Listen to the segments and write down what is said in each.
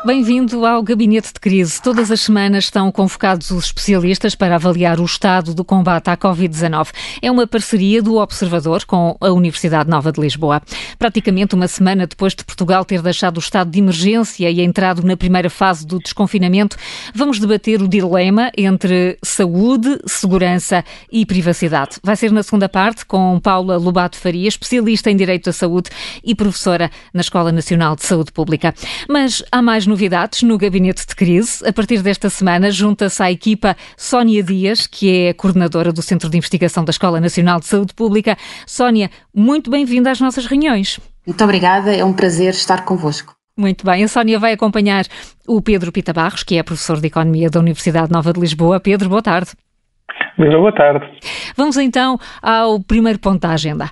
Bem-vindo ao Gabinete de Crise. Todas as semanas estão convocados os especialistas para avaliar o estado do combate à Covid-19. É uma parceria do Observador com a Universidade Nova de Lisboa. Praticamente uma semana depois de Portugal ter deixado o estado de emergência e entrado na primeira fase do desconfinamento, vamos debater o dilema entre saúde, segurança e privacidade. Vai ser na segunda parte com Paula Lobato Faria, especialista em Direito da Saúde e professora na Escola Nacional de Saúde Pública. Mas há mais novidades no Gabinete de Crise. A partir desta semana junta-se à equipa Sónia Dias, que é coordenadora do Centro de Investigação da Escola Nacional de Saúde Pública. Sónia, muito bem-vinda às nossas reuniões. Muito obrigada, é um prazer estar convosco. Muito bem, a Sónia vai acompanhar o Pedro Pita Barros, que é professor de Economia da Universidade Nova de Lisboa. Pedro, boa tarde. Boa tarde. Vamos então ao primeiro ponto da agenda.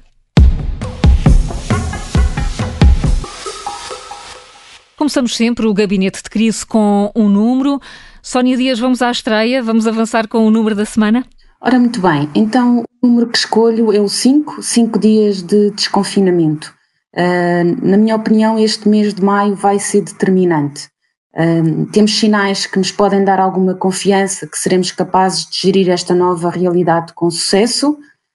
Começamos sempre o Gabinete de Crise com um número. Sónia Dias, vamos à estreia, vamos avançar com o número da semana? Ora, muito bem, então o número que escolho é o 5 dias de desconfinamento. Na minha opinião, este mês de maio vai ser determinante. Temos sinais que nos podem dar alguma confiança que seremos capazes de gerir esta nova realidade com sucesso,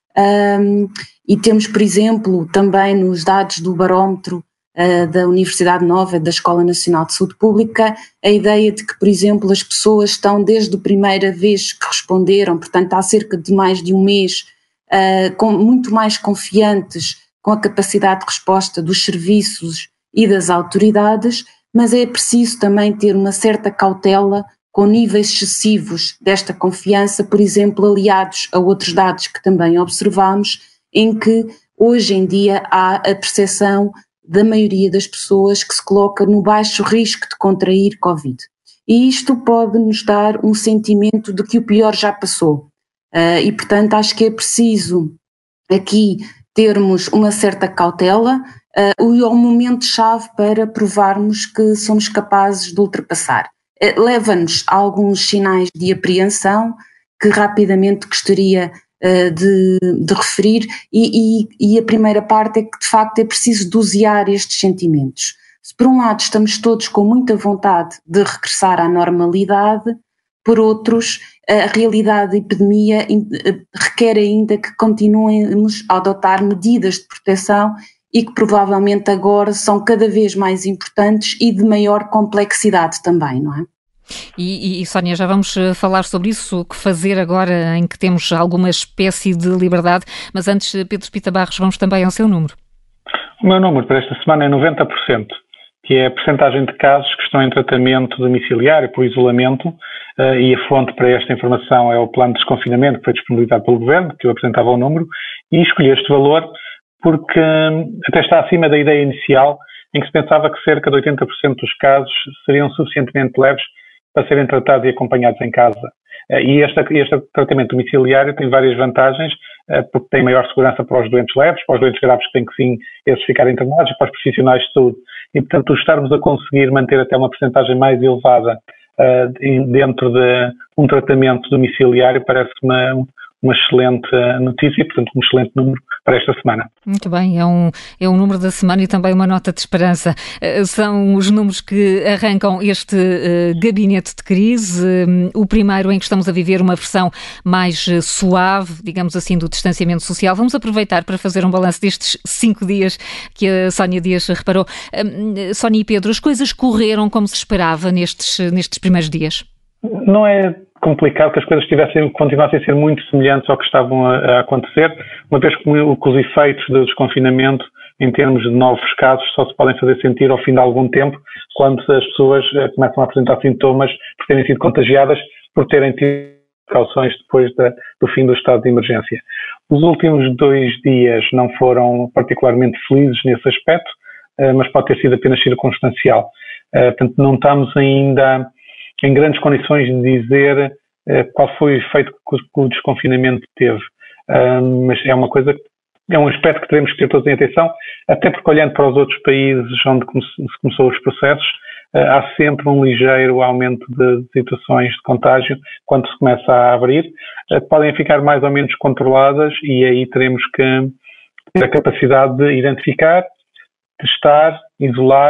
e temos, por exemplo, também nos dados do barómetro da Universidade Nova, da Escola Nacional de Saúde Pública, a ideia de que, por exemplo, as pessoas estão desde a primeira vez que responderam, portanto há cerca de mais de um mês, muito mais confiantes com a capacidade de resposta dos serviços e das autoridades, mas é preciso também ter uma certa cautela com níveis excessivos desta confiança, por exemplo, aliados a outros dados que também observamos, em que hoje em dia há a percepção da maioria das pessoas que se coloca no baixo risco de contrair Covid. E isto pode nos dar um sentimento de que o pior já passou. E, portanto, acho que é preciso aqui termos uma certa cautela e um momento-chave para provarmos que somos capazes de ultrapassar. Leva-nos a alguns sinais de apreensão que rapidamente gostaria de referir, e a primeira parte é que de facto é preciso dosear estes sentimentos. Se por um lado estamos todos com muita vontade de regressar à normalidade, por outros a realidade da epidemia requer ainda que continuemos a adotar medidas de proteção e que provavelmente agora são cada vez mais importantes e de maior complexidade também, não é? E Sónia, já vamos falar sobre isso, o que fazer agora em que temos alguma espécie de liberdade, mas antes, Pedro Pita Barros, vamos também ao seu número. O meu número para esta semana é 90%, que é a percentagem de casos que estão em tratamento domiciliário por isolamento, e a fonte para esta informação é o plano de desconfinamento que foi disponibilizado pelo Governo, que eu apresentava o número, e escolhi este valor porque até está acima da ideia inicial, em que se pensava que cerca de 80% dos casos seriam suficientemente leves para serem tratados e acompanhados em casa. E este tratamento domiciliário tem várias vantagens, porque tem maior segurança para os doentes leves, para os doentes graves que têm que sim, esses ficarem internados, e para os profissionais de saúde. E, portanto, estarmos a conseguir manter até uma percentagem mais elevada dentro de um tratamento domiciliário parece-me uma excelente notícia e, portanto, um excelente número para esta semana. Muito bem, é um número da semana e também uma nota de esperança. São os números que arrancam este gabinete de crise, o primeiro em que estamos a viver uma versão mais suave, digamos assim, do distanciamento social. Vamos aproveitar para fazer um balanço destes 5 dias que a Sónia Dias reparou. Sónia e Pedro, as coisas correram como se esperava nestes primeiros dias? Não é complicado que as coisas continuassem a ser muito semelhantes ao que estavam a acontecer, uma vez que os efeitos do desconfinamento em termos de novos casos só se podem fazer sentir ao fim de algum tempo, quando as pessoas começam a apresentar sintomas por terem sido contagiadas, por terem tido precauções depois do fim do estado de emergência. Os últimos 2 dias não foram particularmente felizes nesse aspecto, mas pode ter sido apenas circunstancial. Portanto, não estamos ainda em grandes condições de dizer qual foi o efeito que o desconfinamento teve. Mas é um aspecto que teremos que ter todos em atenção, até porque olhando para os outros países onde se começou os processos, há sempre um ligeiro aumento de situações de contágio quando se começa a abrir, podem ficar mais ou menos controladas e aí teremos que ter a capacidade de identificar, testar, isolar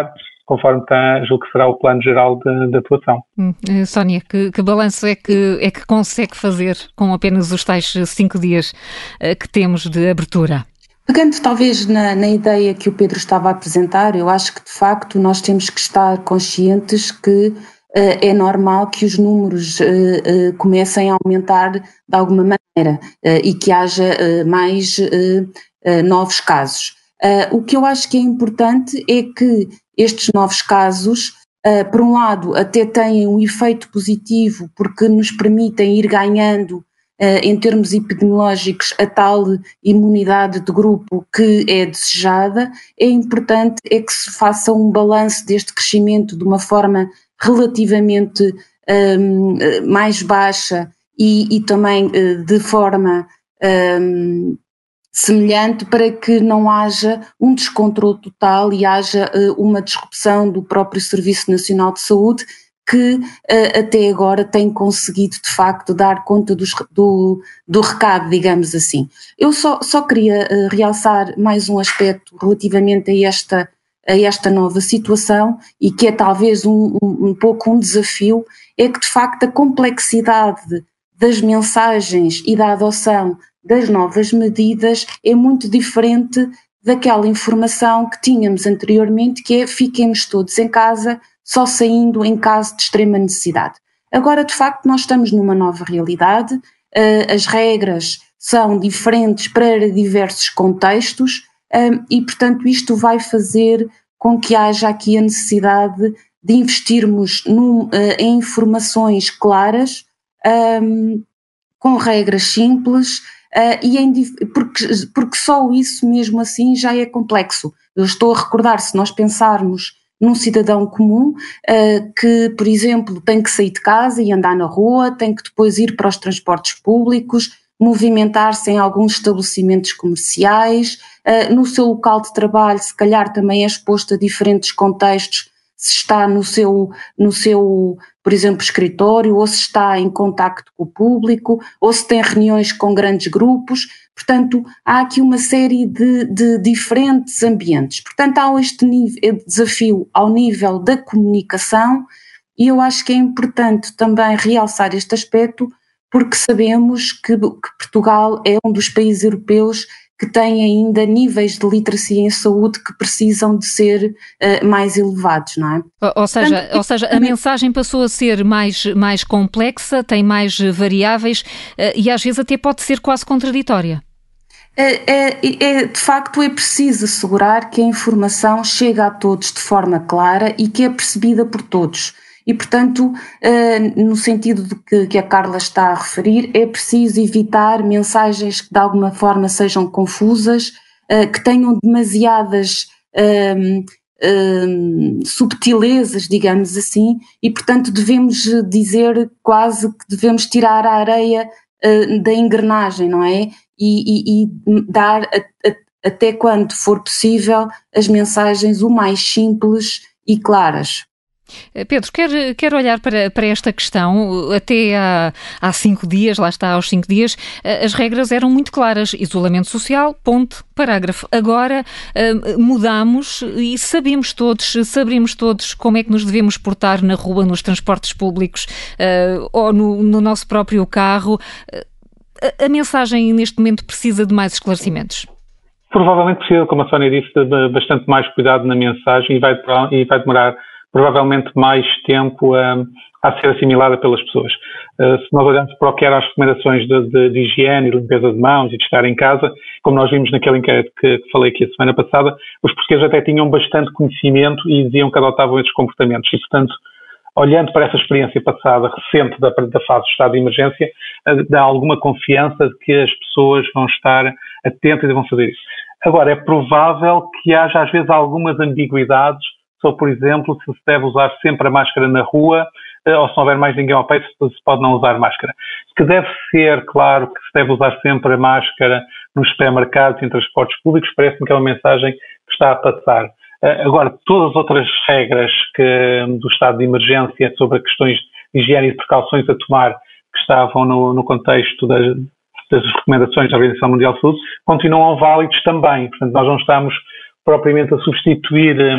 conforme julgo que será o plano geral de atuação. Sónia, que balanço é que consegue fazer com apenas os tais 5 dias que temos de abertura? Pegando talvez na ideia que o Pedro estava a apresentar, eu acho que de facto nós temos que estar conscientes que é normal que os números comecem a aumentar de alguma maneira e que haja mais novos casos. O que eu acho que é importante é que estes novos casos, por um lado, até têm um efeito positivo porque nos permitem ir ganhando em termos epidemiológicos a tal imunidade de grupo que é desejada. É importante é que se faça um balanço deste crescimento de uma forma relativamente mais baixa e também de forma semelhante, para que não haja um descontrole total e haja uma disrupção do próprio Serviço Nacional de Saúde, que até agora tem conseguido de facto dar conta do recado, digamos assim. Eu só queria realçar mais um aspecto relativamente a esta nova situação, e que é talvez um pouco um desafio, é que de facto a complexidade das mensagens e da adoção das novas medidas é muito diferente daquela informação que tínhamos anteriormente, que é: fiquemos todos em casa, só saindo em caso de extrema necessidade. Agora, de facto, nós estamos numa nova realidade, as regras são diferentes para diversos contextos e, portanto, isto vai fazer com que haja aqui a necessidade de investirmos em informações claras, com regras simples, porque só isso mesmo assim já é complexo. Eu estou a recordar, se nós pensarmos num cidadão comum que, por exemplo, tem que sair de casa e andar na rua, tem que depois ir para os transportes públicos, movimentar-se em alguns estabelecimentos comerciais, no seu local de trabalho se calhar também é exposto a diferentes contextos, se está no seu, por exemplo, escritório, ou se está em contacto com o público, ou se tem reuniões com grandes grupos. Portanto, há aqui uma série de diferentes ambientes. Portanto, há este desafio ao nível da comunicação, e eu acho que é importante também realçar este aspecto, porque sabemos que Portugal é um dos países europeus que tem ainda níveis de literacia em saúde que precisam de ser mais elevados, não é? Ou seja, a mensagem passou a ser mais complexa, tem mais variáveis e às vezes até pode ser quase contraditória. De facto, é preciso assegurar que a informação chega a todos de forma clara e que é percebida por todos. E, portanto, no sentido de que a Carla está a referir, é preciso evitar mensagens que de alguma forma sejam confusas, que tenham demasiadas subtilezas, digamos assim, e, portanto, devemos dizer quase que devemos tirar a areia da engrenagem, não é? E dar, até quando for possível, as mensagens o mais simples e claras. Pedro, quer olhar para esta questão? Até há 5 dias, lá está, aos 5 dias, as regras eram muito claras: isolamento social, ponto, parágrafo. Agora mudamos e sabemos todos como é que nos devemos portar na rua, nos transportes públicos ou no nosso próprio carro. A mensagem neste momento precisa de mais esclarecimentos? Provavelmente precisa, como a Sónia disse, de bastante mais cuidado na mensagem, e vai demorar provavelmente mais tempo a ser assimilada pelas pessoas. Se nós olharmos para o que eram as recomendações de higiene e limpeza de mãos e de estar em casa, como nós vimos naquele inquérito que falei aqui a semana passada, os portugueses até tinham bastante conhecimento e diziam que adotavam esses comportamentos. E, portanto, olhando para essa experiência passada, recente da fase de estado de emergência, dá alguma confiança de que as pessoas vão estar atentas e vão fazer isso. Agora, é provável que haja às vezes algumas ambiguidades sobre, por exemplo, se deve usar sempre a máscara na rua ou se não houver mais ninguém ao peito, se pode não usar máscara. Que deve ser, claro, que se deve usar sempre a máscara nos supermercados e em transportes públicos, parece-me que é uma mensagem que está a passar. Agora, todas as outras regras do estado de emergência sobre questões de higiene e de precauções a tomar, que estavam no contexto das recomendações da Organização Mundial de Saúde, continuam válidos também. Portanto, nós não estamos propriamente a substituir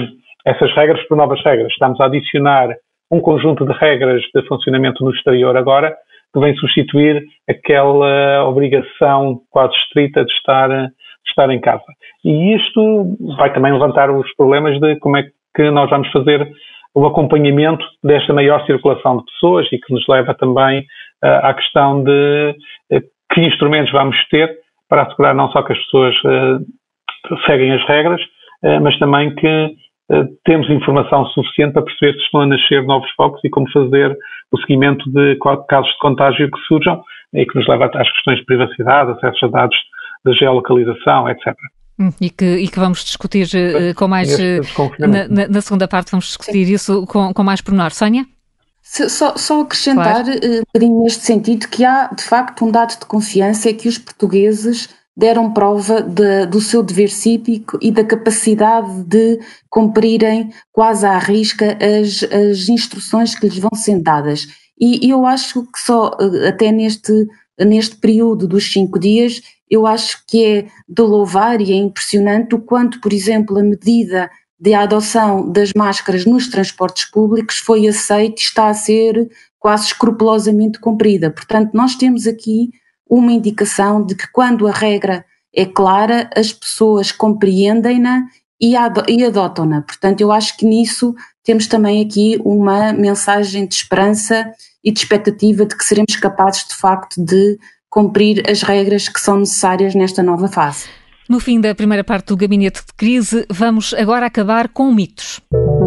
essas regras por novas regras. Estamos a adicionar um conjunto de regras de funcionamento no exterior agora, que vem substituir aquela obrigação quase estrita de estar em casa. E isto vai também levantar os problemas de como é que nós vamos fazer o acompanhamento desta maior circulação de pessoas e que nos leva também à questão de que instrumentos vamos ter para assegurar não só que as pessoas seguem as regras, mas também que temos informação suficiente para perceber se estão a nascer novos focos e como fazer o seguimento de casos de contágio que surjam e que nos leva às questões de privacidade, acesso a dados de geolocalização, etc. E que vamos discutir com mais... na segunda parte vamos discutir isso com mais pormenor. Sónia? Só acrescentar um bocadinho neste sentido que há, de facto, um dado de confiança, é que os portugueses deram prova do seu dever cívico e da capacidade de cumprirem quase à risca as instruções que lhes vão sendo dadas. E eu acho que só até neste período dos 5 dias, eu acho que é de louvar e é impressionante o quanto, por exemplo, a medida de adoção das máscaras nos transportes públicos foi aceita e está a ser quase escrupulosamente cumprida. Portanto, nós temos aqui uma indicação de que quando a regra é clara, as pessoas compreendem-na e adotam-na. Portanto, eu acho que nisso temos também aqui uma mensagem de esperança e de expectativa de que seremos capazes, de facto, de cumprir as regras que são necessárias nesta nova fase. No fim da primeira parte do Gabinete de Crise, vamos agora acabar com mitos.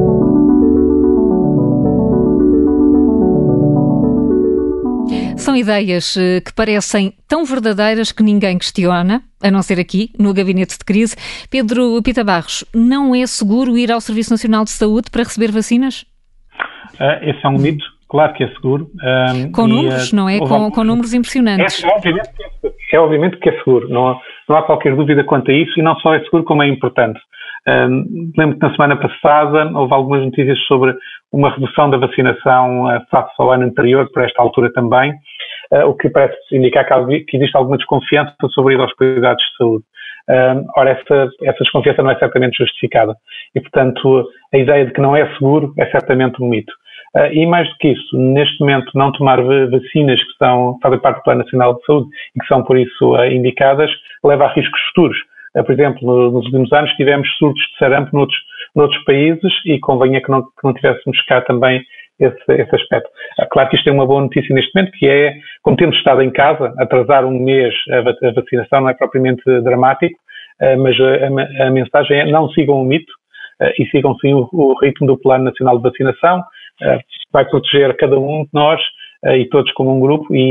São ideias que parecem tão verdadeiras que ninguém questiona, a não ser aqui, no Gabinete de Crise. Pedro Pita Barros, não é seguro ir ao Serviço Nacional de Saúde para receber vacinas? Esse é um mito, claro que é seguro. Com números, não é? Com números impressionantes. É obviamente que é seguro, não há qualquer dúvida quanto a isso, e não só é seguro como é importante. Lembro que na semana passada houve algumas notícias sobre uma redução da vacinação face ao ano anterior, por esta altura também, o que parece indicar que existe alguma desconfiança sobre ir aos cuidados de saúde. Ora, essa desconfiança não é certamente justificada e, portanto, a ideia de que não é seguro é certamente um mito. E mais do que isso, neste momento não tomar vacinas que fazem parte do Plano Nacional de Saúde e que são por isso indicadas, leva a riscos futuros. Por exemplo, nos últimos anos tivemos surtos de sarampo noutros países e convinha que não tivéssemos cá também esse aspecto. Claro que isto é uma boa notícia neste momento, que é, como temos estado em casa, atrasar um mês a vacinação não é propriamente dramático, mas a mensagem é não sigam o mito e sigam sim o ritmo do Plano Nacional de Vacinação, vai proteger cada um de nós e todos como um grupo e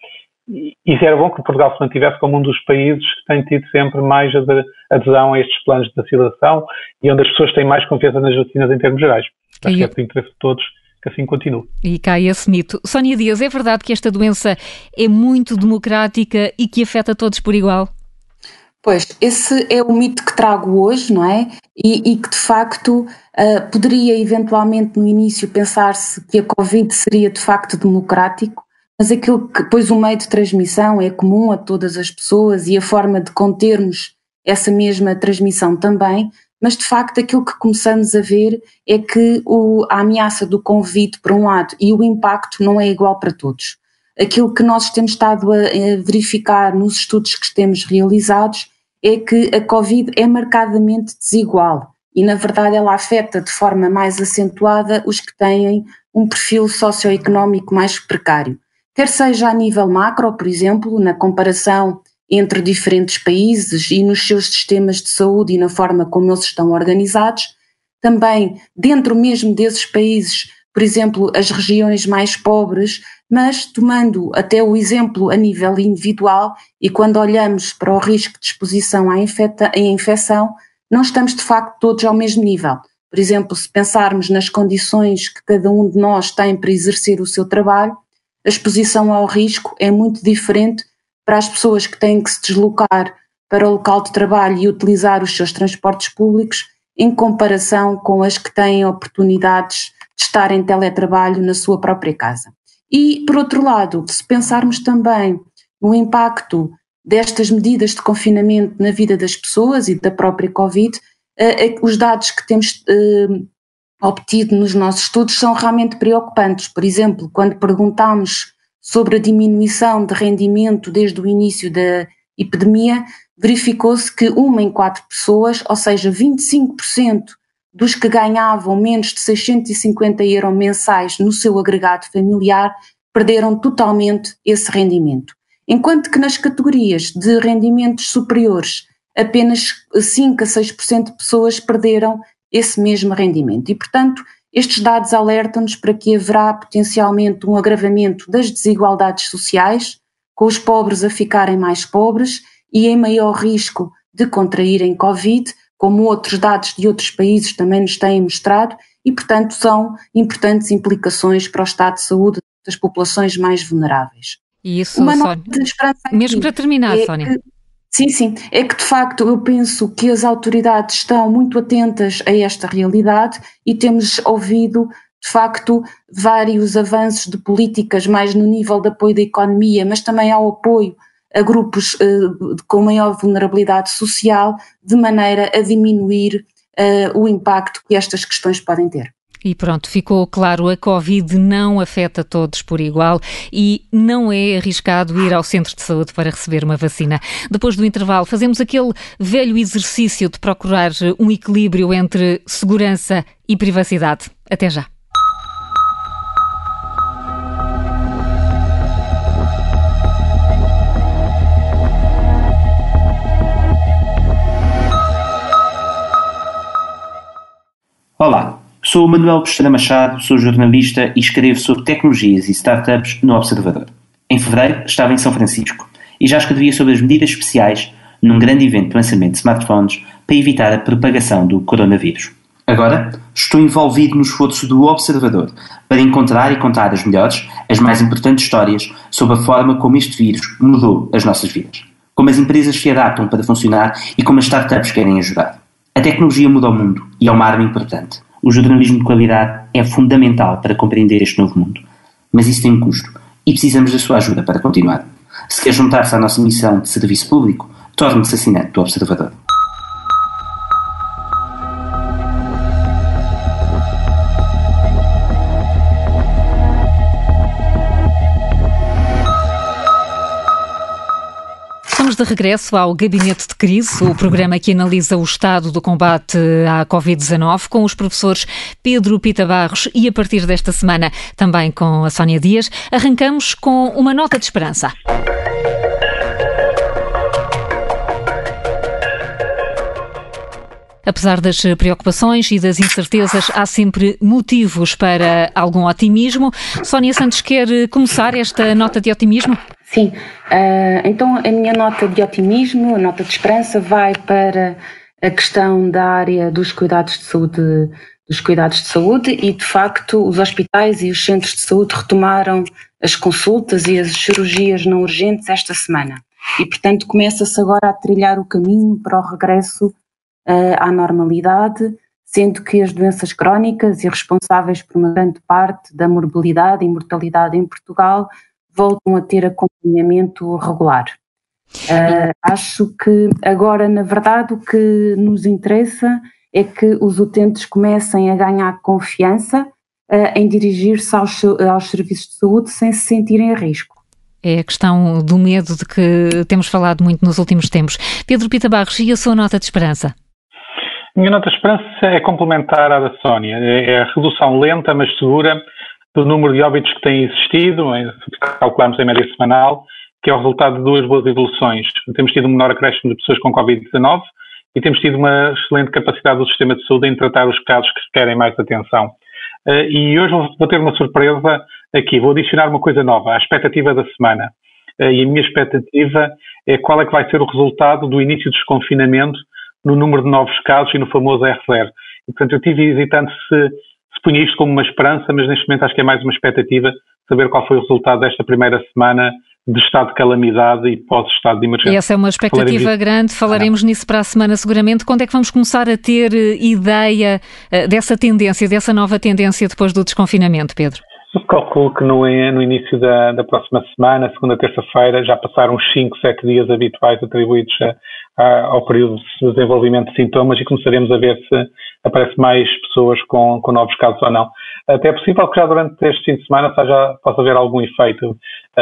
era bom que Portugal se mantivesse como um dos países que tem tido sempre mais adesão a estes planos de vacinação e onde as pessoas têm mais confiança nas vacinas em termos gerais. Acho que é do interesse de todos que assim continue. E cai esse mito. Sónia Dias, é verdade que esta doença é muito democrática e que afeta todos por igual? Pois, esse é o mito que trago hoje, não é? E que de facto poderia eventualmente no início pensar-se que a Covid seria de facto democrático, mas aquilo que, pois o meio de transmissão é comum a todas as pessoas e a forma de contermos essa mesma transmissão também, mas de facto aquilo que começamos a ver é que a ameaça do Covid por um lado e o impacto não é igual para todos. Aquilo que nós temos estado a verificar nos estudos que temos realizados é que a Covid é marcadamente desigual e na verdade ela afeta de forma mais acentuada os que têm um perfil socioeconómico mais precário. Quer seja a nível macro, por exemplo, na comparação entre diferentes países e nos seus sistemas de saúde e na forma como eles estão organizados, também dentro mesmo desses países, por exemplo, as regiões mais pobres, mas tomando até o exemplo a nível individual e quando olhamos para o risco de exposição à infecção, não estamos de facto todos ao mesmo nível. Por exemplo, se pensarmos nas condições que cada um de nós tem para exercer o seu trabalho, a exposição ao risco é muito diferente para as pessoas que têm que se deslocar para o local de trabalho e utilizar os seus transportes públicos, em comparação com as que têm oportunidades de estar em teletrabalho na sua própria casa. E, por outro lado, se pensarmos também no impacto destas medidas de confinamento na vida das pessoas e da própria Covid, os dados que temos obtido nos nossos estudos são realmente preocupantes. Por exemplo, quando perguntamos sobre a diminuição de rendimento desde o início da epidemia, verificou-se que 1 em 4 pessoas, ou seja, 25% dos que ganhavam menos de 650 € mensais no seu agregado familiar, perderam totalmente esse rendimento. Enquanto que nas categorias de rendimentos superiores, apenas 5 a 6% de pessoas perderam esse mesmo rendimento. E, portanto, estes dados alertam-nos para que haverá potencialmente um agravamento das desigualdades sociais, com os pobres a ficarem mais pobres e em maior risco de contraírem Covid, como outros dados de outros países também nos têm mostrado, e, portanto, são importantes implicações para o estado de saúde das populações mais vulneráveis. E isso, Sónia, mesmo para terminar, Sónia. Sim, é que de facto eu penso que as autoridades estão muito atentas a esta realidade e temos ouvido de facto vários avanços de políticas mais no nível de apoio da economia, mas também ao apoio a grupos com maior vulnerabilidade social, de maneira a diminuir o impacto que estas questões podem ter. E pronto, ficou claro, a Covid não afeta todos por igual e não é arriscado ir ao centro de saúde para receber uma vacina. Depois do intervalo, fazemos aquele velho exercício de procurar um equilíbrio entre segurança e privacidade. Até já. Olá. Sou o Manuel Pestana Machado, sou jornalista e escrevo sobre tecnologias e startups no Observador. Em fevereiro estava em São Francisco e já escrevia sobre as medidas especiais num grande evento de lançamento de smartphones para evitar a propagação do coronavírus. Agora estou envolvido no esforço do Observador para encontrar e contar as melhores, as mais importantes histórias sobre a forma como este vírus mudou as nossas vidas. Como as empresas se adaptam para funcionar e como as startups querem ajudar. A tecnologia muda o mundo e é uma arma importante. O jornalismo de qualidade é fundamental para compreender este novo mundo. Mas isso tem um custo e precisamos da sua ajuda para continuar. Se quer juntar-se à nossa missão de serviço público, torne-se assinante do Observador. Estamos de regresso ao Gabinete de Crise, o programa que analisa o estado do combate à Covid-19 com os professores Pedro Pita Barros e, a partir desta semana, também com a Sónia Dias. Arrancamos com uma nota de esperança. Apesar das preocupações e das incertezas, há sempre motivos para algum otimismo. Sónia Santos quer começar esta nota de otimismo? Sim, então a minha nota de otimismo, a nota de esperança vai para a questão da área dos cuidados de saúde e, de facto, os hospitais e os centros de saúde retomaram as consultas e as cirurgias não urgentes esta semana. E, portanto, começa-se agora a trilhar o caminho para o regresso à normalidade, sendo que as doenças crónicas e responsáveis por uma grande parte da morbilidade e mortalidade em Portugal voltam a ter acompanhamento regular. Acho que agora, na verdade, o que nos interessa é que os utentes comecem a ganhar confiança em dirigir-se aos serviços de saúde sem se sentirem a risco. É a questão do medo de que temos falado muito nos últimos tempos. Pedro Pita Barros, e a sua nota de esperança? A minha nota de esperança é complementar à da Sónia. É a redução lenta, mas segura, do número de óbitos que tem existido, calculamos em média semanal, que é o resultado de duas boas evoluções. Temos tido um menor acréscimo de pessoas com Covid-19 e temos tido uma excelente capacidade do sistema de saúde em tratar os casos que requerem mais atenção. E hoje vou ter uma surpresa aqui, vou adicionar uma coisa nova, a expectativa da semana. E a minha expectativa é qual é que vai ser o resultado do início do desconfinamento no número de novos casos e no famoso R0. E, portanto, eu estive hesitante se punha isto como uma esperança, mas neste momento acho que é mais uma expectativa saber qual foi o resultado desta primeira semana de estado de calamidade e pós-estado de emergência. E essa é uma expectativa grande, falaremos nisso para a semana seguramente. Quando é que vamos começar a ter ideia dessa tendência, dessa nova tendência depois do desconfinamento, Pedro? Eu calculo que no início da próxima semana, segunda, terça-feira, já passaram os 5, 7 dias habituais atribuídos ao período de desenvolvimento de sintomas e começaremos a ver se aparece mais pessoas com novos casos ou não. Até é possível que já durante este fim de semana possa haver algum efeito.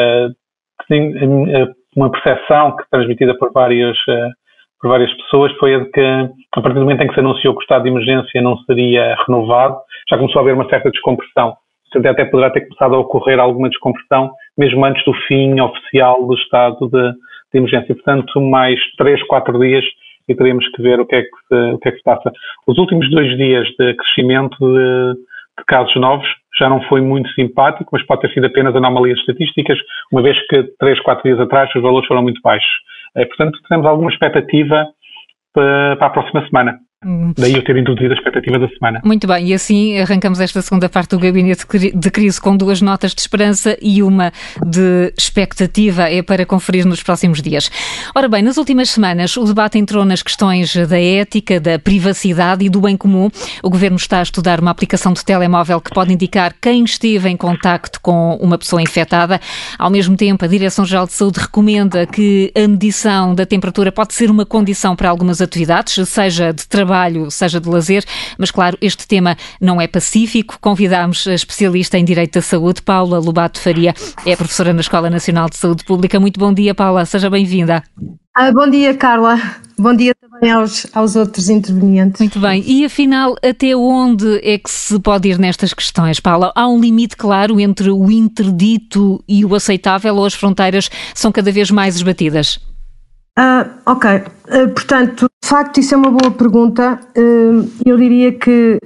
Uma percepção que transmitida por várias pessoas foi a de que, a partir do momento em que se anunciou que o estado de emergência não seria renovado, já começou a haver uma certa descompressão. Portanto, até poderá ter começado a ocorrer alguma descompressão, mesmo antes do fim oficial do estado de emergência. Portanto, mais 3, 4 dias e teremos que ver o que é que se passa. Os últimos 2 dias de crescimento de casos novos já não foi muito simpático, mas pode ter sido apenas anomalias estatísticas, uma vez que 3, 4 dias atrás os valores foram muito baixos. Portanto, teremos alguma expectativa para a próxima semana. Daí eu ter introduzido a expectativa da semana. Muito bem, e assim arrancamos esta segunda parte do Gabinete de Crise com 2 notas de esperança e uma de expectativa, para conferir nos próximos dias. Ora bem, nas últimas semanas o debate entrou nas questões da ética, da privacidade e do bem comum. O Governo está a estudar uma aplicação de telemóvel que pode indicar quem esteve em contacto com uma pessoa infectada. Ao mesmo tempo, a Direção-Geral de Saúde recomenda que a medição da temperatura pode ser uma condição para algumas atividades, seja de trabalho, seja de lazer, mas claro, este tema não é pacífico. Convidámos a especialista em Direito da Saúde, Paula Lobato Faria, é professora na Escola Nacional de Saúde Pública. Muito bom dia, Paula, seja bem-vinda. Bom dia, Carla. Bom dia também aos outros intervenientes. Muito bem, e afinal, até onde é que se pode ir nestas questões, Paula? Há um limite claro entre o interdito e o aceitável, ou as fronteiras são cada vez mais esbatidas? Ok, portanto, de facto isso é uma boa pergunta. Eu diria que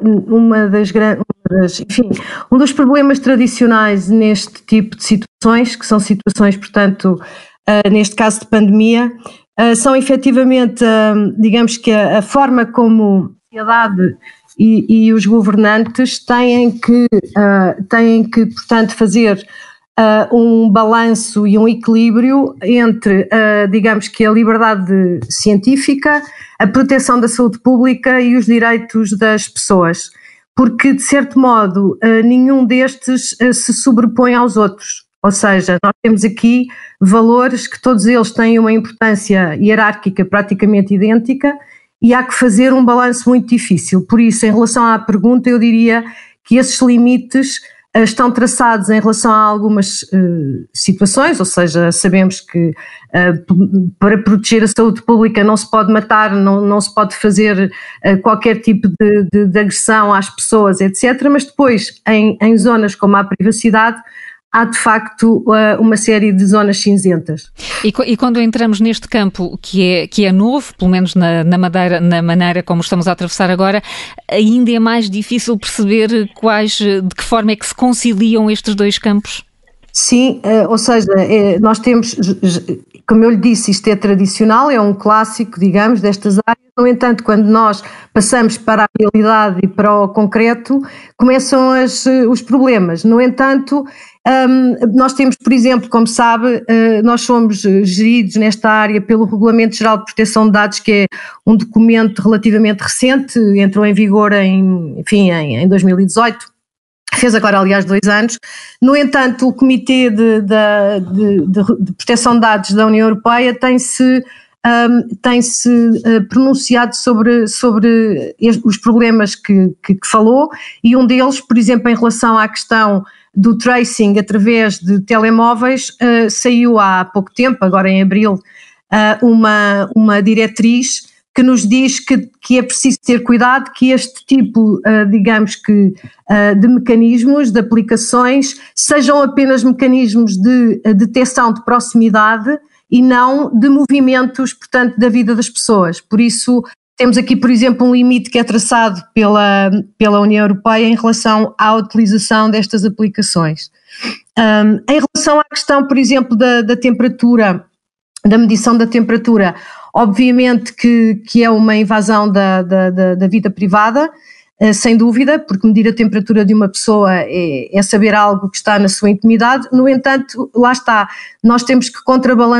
um dos problemas tradicionais neste tipo de situações, que são situações, portanto, neste caso de pandemia, são efetivamente, digamos que a forma como a sociedade e os governantes têm que, portanto, fazer um balanço e um equilíbrio entre, digamos que a liberdade científica, a proteção da saúde pública e os direitos das pessoas, porque de certo modo nenhum destes se sobrepõe aos outros, ou seja, nós temos aqui valores que todos eles têm uma importância hierárquica praticamente idêntica e há que fazer um balanço muito difícil. Por isso, em relação à pergunta, eu diria que esses limites estão traçados em relação a algumas situações, ou seja, sabemos que para proteger a saúde pública não se pode matar, não se pode fazer qualquer tipo de agressão às pessoas, etc. Mas depois, em zonas como a privacidade, há de facto uma série de zonas cinzentas. E quando entramos neste campo que é novo, pelo menos na maneira como estamos a atravessar agora, ainda é mais difícil perceber de que forma é que se conciliam estes 2 campos? Sim, ou seja, nós temos, como eu lhe disse, isto é tradicional, é um clássico, digamos, destas áreas. No entanto, quando nós passamos para a realidade e para o concreto, começam os problemas. No entanto, nós temos, por exemplo, como sabe, nós somos geridos nesta área pelo Regulamento Geral de Proteção de Dados, que é um documento relativamente recente, entrou em vigor em 2018, fez agora, aliás, 2 anos. No entanto, o Comitê de Proteção de Dados da União Europeia tem-se pronunciado sobre os problemas que falou, e um deles, por exemplo, em relação à questão do tracing através de telemóveis, saiu há pouco tempo, agora em abril, uma diretriz que nos diz que é preciso ter cuidado, que este tipo, digamos que, de mecanismos, de aplicações, sejam apenas mecanismos de detecção de proximidade e não de movimentos, portanto, da vida das pessoas. Por isso, temos aqui, por exemplo, um limite que é traçado pela União Europeia em relação à utilização destas aplicações. Em relação à questão, por exemplo, da temperatura, da medição da temperatura, obviamente que é uma invasão da vida privada. sem dúvida, porque medir a temperatura de uma pessoa é saber algo que está na sua intimidade. No entanto, lá está, nós temos que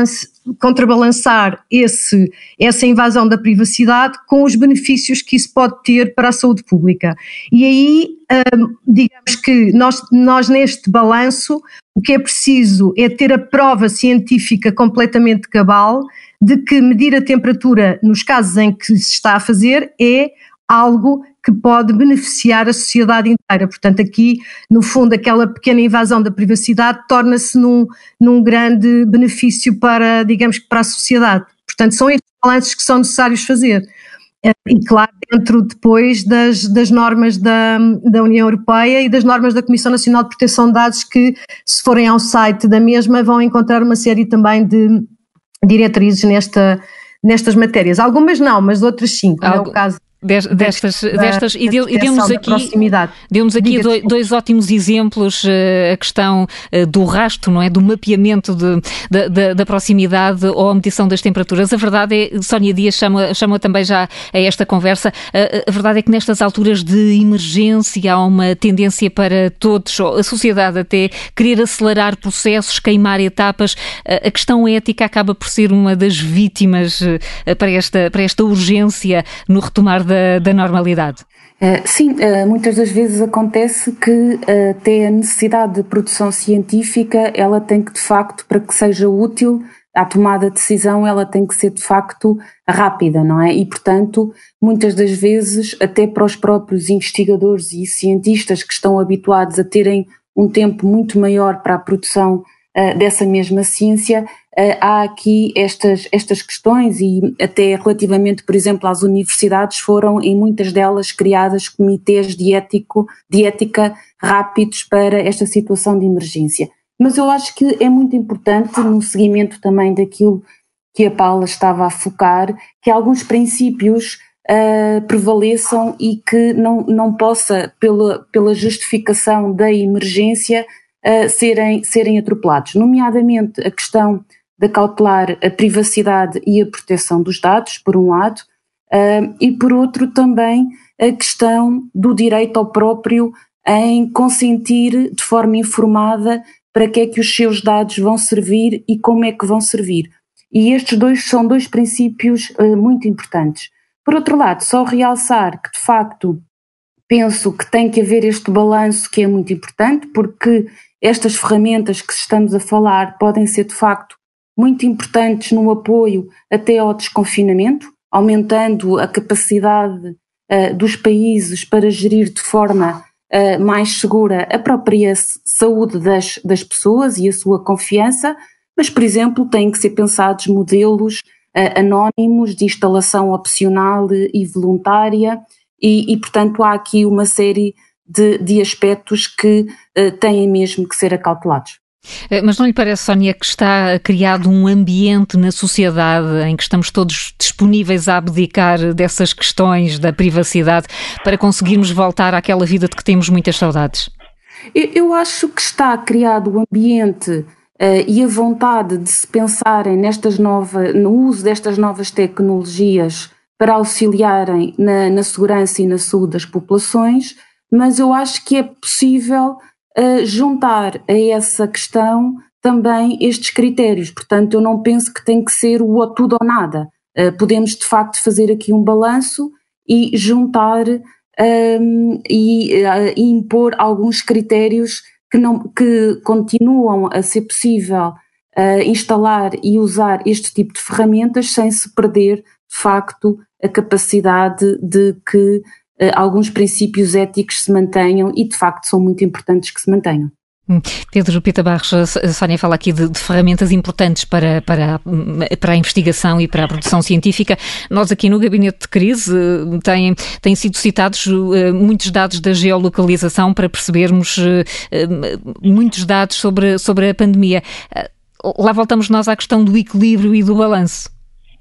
contrabalançar essa invasão da privacidade com os benefícios que isso pode ter para a saúde pública. E aí, digamos que nós neste balanço, o que é preciso é ter a prova científica completamente cabal de que medir a temperatura nos casos em que se está a fazer é algo que pode beneficiar a sociedade inteira. Portanto, aqui, no fundo, aquela pequena invasão da privacidade torna-se num grande benefício para, digamos que para a sociedade. Portanto, são estes balanços que são necessários fazer. E claro, dentro depois das normas da União Europeia e das normas da Comissão Nacional de Proteção de Dados, que, se forem ao site da mesma, vão encontrar uma série também de diretrizes nestas matérias. Algumas não, mas outras sim, como é o caso destas e deu-nos aqui dois ótimos exemplos, a questão do rastro, não é? Do mapeamento da proximidade ou a medição das temperaturas. A verdade é, Sónia Dias chama também já a esta conversa, a verdade é que nestas alturas de emergência há uma tendência para todos, a sociedade até, querer acelerar processos, queimar etapas. A questão ética acaba por ser uma das vítimas para esta urgência no retomar da normalidade. Sim, muitas das vezes acontece que até a necessidade de produção científica, ela tem que, de facto, para que seja útil à tomada de decisão, ela tem que ser de facto rápida, não é? E, portanto, muitas das vezes, até para os próprios investigadores e cientistas que estão habituados a terem um tempo muito maior para a produção dessa mesma ciência, há aqui estas questões e até relativamente, por exemplo, às universidades, foram em muitas delas criadas comitês de ética rápidos para esta situação de emergência. Mas eu acho que é muito importante, no seguimento também daquilo que a Paula estava a focar, que alguns princípios prevaleçam e que não possa, pela justificação da emergência, serem atropelados, nomeadamente a questão de cautelar a privacidade e a proteção dos dados, por um lado, e por outro também a questão do direito ao próprio em consentir de forma informada para que é que os seus dados vão servir e como é que vão servir. E estes são dois princípios muito importantes. Por outro lado, só realçar que, de facto, penso que tem que haver este balanço que é muito importante, porque estas ferramentas que estamos a falar podem ser, de facto, muito importantes no apoio até ao desconfinamento, aumentando a capacidade dos países para gerir de forma mais segura a própria saúde das pessoas e a sua confiança, mas, por exemplo, têm que ser pensados modelos anónimos de instalação opcional e voluntária e, portanto, há aqui uma série de aspectos que têm mesmo que ser acautelados. Mas não lhe parece, Sónia, que está criado um ambiente na sociedade em que estamos todos disponíveis a abdicar dessas questões da privacidade para conseguirmos voltar àquela vida de que temos muitas saudades? Eu acho que está criado o ambiente e a vontade de se pensarem no uso destas novas tecnologias para auxiliarem na segurança e na saúde das populações, mas eu acho que é possível juntar a essa questão também estes critérios. Portanto, eu não penso que tem que ser o ou tudo ou nada. Podemos, de facto, fazer aqui um balanço e juntar e impor alguns critérios que continuam a ser possível instalar e usar este tipo de ferramentas sem se perder, de facto, a capacidade de que alguns princípios éticos se mantenham e, de facto, são muito importantes que se mantenham. Pedro Pita Barros, a Sónia fala aqui de ferramentas importantes para a investigação e para a produção científica. Nós aqui no Gabinete de Crise têm sido citados muitos dados da geolocalização para percebermos muitos dados sobre a pandemia. Lá voltamos nós à questão do equilíbrio e do balanço.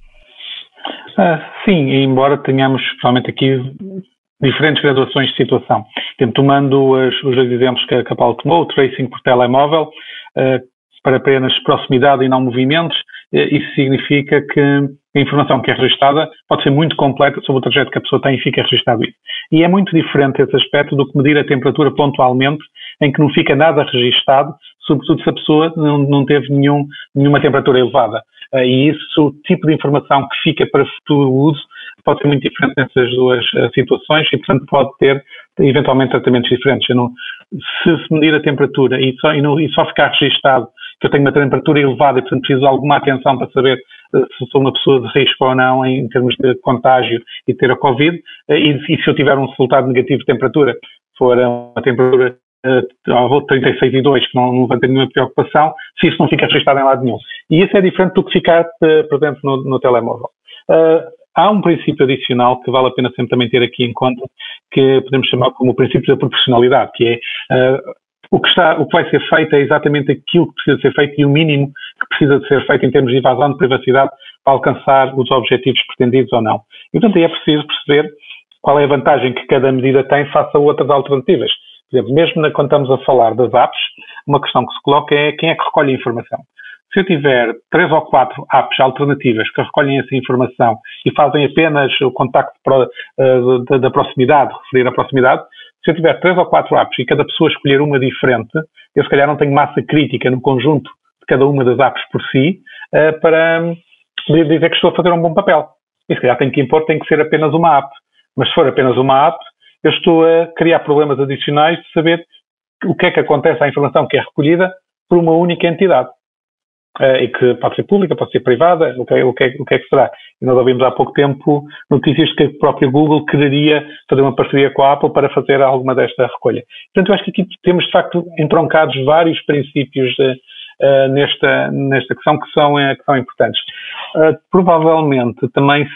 Sim, embora tenhamos provavelmente aqui diferentes graduações de situação. Tomando os dois exemplos que a Paula tomou, o tracing por telemóvel, para apenas proximidade e não movimentos, isso significa que a informação que é registada pode ser muito completa sobre o trajeto que a pessoa tem e fica registado isso. E é muito diferente esse aspecto do que medir a temperatura pontualmente, em que não fica nada registado, sobretudo se a pessoa não teve nenhuma temperatura elevada. E isso, o tipo de informação que fica para futuro uso, pode ser muito diferente nessas duas situações e, portanto, pode ter, eventualmente, tratamentos diferentes. Se medir a temperatura e só ficar registado que eu tenho uma temperatura elevada e, portanto, preciso de alguma atenção para saber se sou uma pessoa de risco ou não em termos de contágio e ter a Covid, e se eu tiver um resultado negativo de temperatura, for uma temperatura 36,2, que não vai ter nenhuma preocupação, se isso não fica registado em lado nenhum. E isso é diferente do que ficar, por exemplo, no telemóvel. Há um princípio adicional que vale a pena sempre também ter aqui em conta, que podemos chamar como o princípio da proporcionalidade, que é o que vai ser feito é exatamente aquilo que precisa ser feito e o mínimo que precisa de ser feito em termos de invasão de privacidade para alcançar os objetivos pretendidos ou não. E, portanto, aí é preciso perceber qual é a vantagem que cada medida tem face a outras alternativas. Por exemplo, mesmo quando estamos a falar das apps, uma questão que se coloca é quem é que recolhe a informação. Se eu tiver 3 ou 4 apps alternativas que recolhem essa informação e fazem apenas o contacto da proximidade, referir à proximidade, se eu tiver 3 ou 4 apps e cada pessoa escolher uma diferente, eu se calhar não tenho massa crítica no conjunto de cada uma das apps por si para poder dizer que estou a fazer um bom papel. E se calhar tem que ser apenas uma app. Mas se for apenas uma app, eu estou a criar problemas adicionais de saber o que é que acontece à informação que é recolhida por uma única entidade. E que pode ser pública, pode ser privada, o que é que será? E nós ouvimos há pouco tempo notícias que o próprio Google quereria fazer uma parceria com a Apple para fazer alguma desta recolha. Portanto, eu acho que aqui temos, de facto, entroncados vários princípios nesta questão que são importantes. Provavelmente também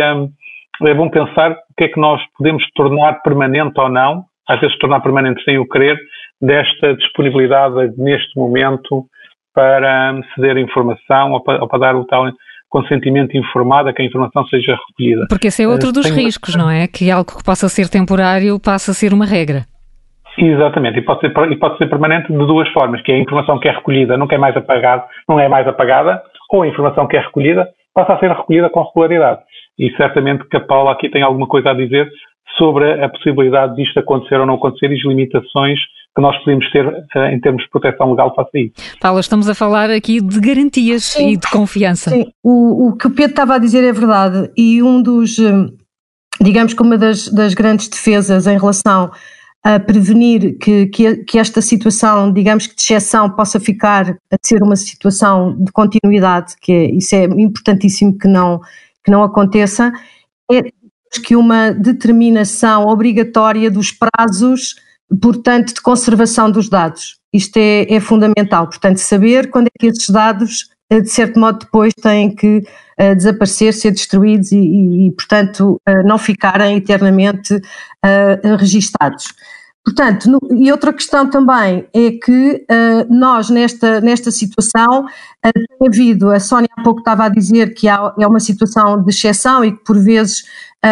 é bom pensar o que é que nós podemos tornar permanente ou não, às vezes tornar permanente sem o querer, desta disponibilidade neste momento para ceder informação ou para dar o tal consentimento informado a que a informação seja recolhida. Porque esse é outro dos riscos, não é? Que algo que possa ser temporário passa a ser uma regra. Exatamente, e pode ser permanente de duas formas, que é a informação que é recolhida não é mais apagada, ou a informação que é recolhida passa a ser recolhida com regularidade. E certamente que a Paula aqui tem alguma coisa a dizer sobre a possibilidade disto acontecer ou não acontecer e as limitações que nós podemos ter em termos de proteção legal face a isso. Paula, estamos a falar aqui de garantias. Sim. E de confiança. Sim, o que o Pedro estava a dizer é verdade, e digamos que uma das grandes defesas em relação a prevenir que esta situação, digamos que de exceção, possa ficar a ser uma situação de continuidade, isso é importantíssimo que não aconteça, é que uma determinação obrigatória dos prazos, portanto, de conservação dos dados. Isto é fundamental, portanto, saber quando é que esses dados, de certo modo, depois têm que desaparecer, ser destruídos e portanto, não ficarem eternamente registados. Portanto, e outra questão também é que nós nesta situação tem havido, a Sónia há pouco estava a dizer que é uma situação de exceção e que por vezes,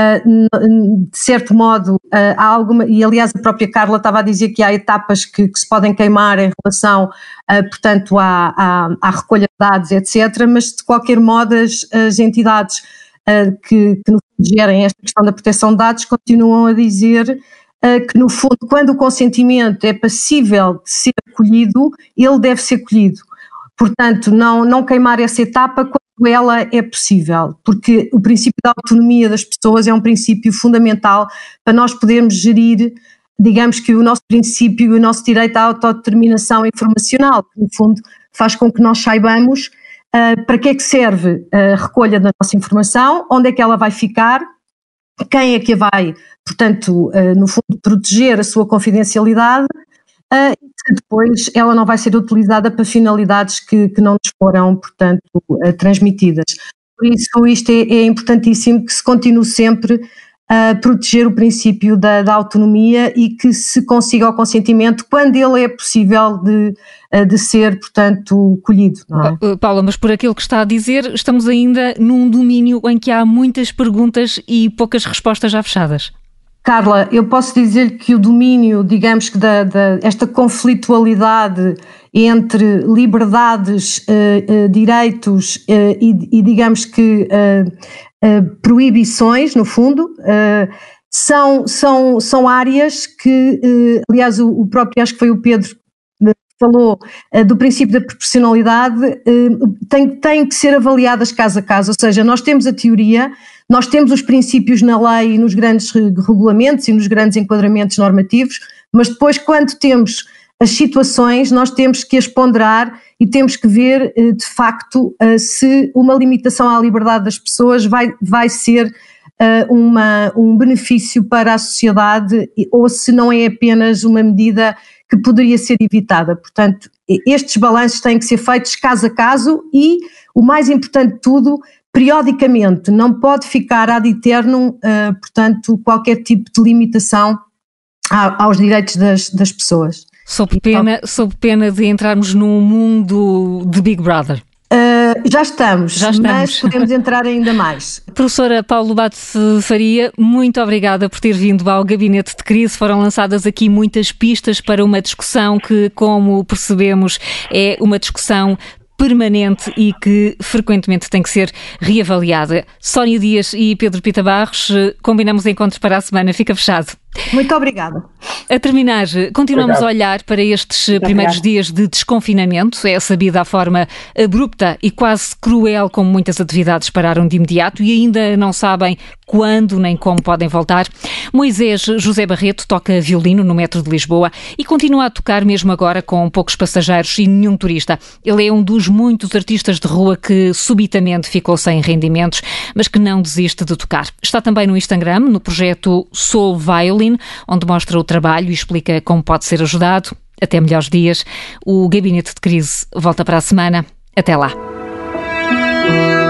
de certo modo, há alguma, e aliás a própria Carla estava a dizer que há etapas que se podem queimar em relação, portanto, à recolha de dados, etc., mas de qualquer modo as entidades que nos gerem esta questão da proteção de dados continuam a dizer que, no fundo, quando o consentimento é passível de ser acolhido, ele deve ser colhido. Portanto, não queimar essa etapa quando ela é possível, porque o princípio da autonomia das pessoas é um princípio fundamental para nós podermos gerir, digamos que o nosso princípio e o nosso direito à autodeterminação informacional, que, no fundo, faz com que nós saibamos para que é que serve a recolha da nossa informação, onde é que ela vai ficar, quem é que a vai, portanto, no fundo, proteger a sua confidencialidade, e que depois ela não vai ser utilizada para finalidades que não nos foram, portanto, transmitidas. Por isso, isto é importantíssimo que se continue sempre a proteger o princípio da autonomia e que se consiga o consentimento quando ele é possível de ser, portanto, colhido. Não é? Paula, mas por aquilo que está a dizer, estamos ainda num domínio em que há muitas perguntas e poucas respostas já fechadas. Carla, eu posso dizer que o domínio, digamos que esta conflitualidade entre liberdades, direitos e digamos que proibições, no fundo, são áreas que, aliás, o próprio, acho que foi o Pedro falou do princípio da proporcionalidade, tem que ser avaliadas caso a caso, ou seja, nós temos a teoria, nós temos os princípios na lei e nos grandes regulamentos e nos grandes enquadramentos normativos, mas depois quando temos as situações nós temos que as ponderar e temos que ver de facto se uma limitação à liberdade das pessoas vai ser um benefício para a sociedade ou se não é apenas uma medida que poderia ser evitada. Portanto, estes balanços têm que ser feitos caso a caso e, o mais importante de tudo, periodicamente, não pode ficar ad eternum, portanto, qualquer tipo de limitação aos direitos das pessoas. Sob pena de entrarmos num mundo de Big Brother. Já estamos, mas podemos entrar ainda mais. Professora Paula Lobato Faria, muito obrigada por ter vindo ao Gabinete de Crise. Foram lançadas aqui muitas pistas para uma discussão que, como percebemos, é uma discussão permanente e que frequentemente tem que ser reavaliada. Sónia Dias e Pedro Pita Barros, combinamos encontros para a semana. Fica fechado. Muito obrigada. A terminar, continuamos a olhar para estes primeiros dias de desconfinamento. É sabida a forma abrupta e quase cruel como muitas atividades pararam de imediato e ainda não sabem quando nem como podem voltar. Moisés José Barreto toca violino no metro de Lisboa e continua a tocar mesmo agora com poucos passageiros e nenhum turista. Ele é um dos muitos artistas de rua que subitamente ficou sem rendimentos, mas que não desiste de tocar. Está também no Instagram, no projeto Soul Violin, onde mostra o trabalho e explica como pode ser ajudado. Até melhores dias. O Gabinete de Crise volta para a semana. Até lá.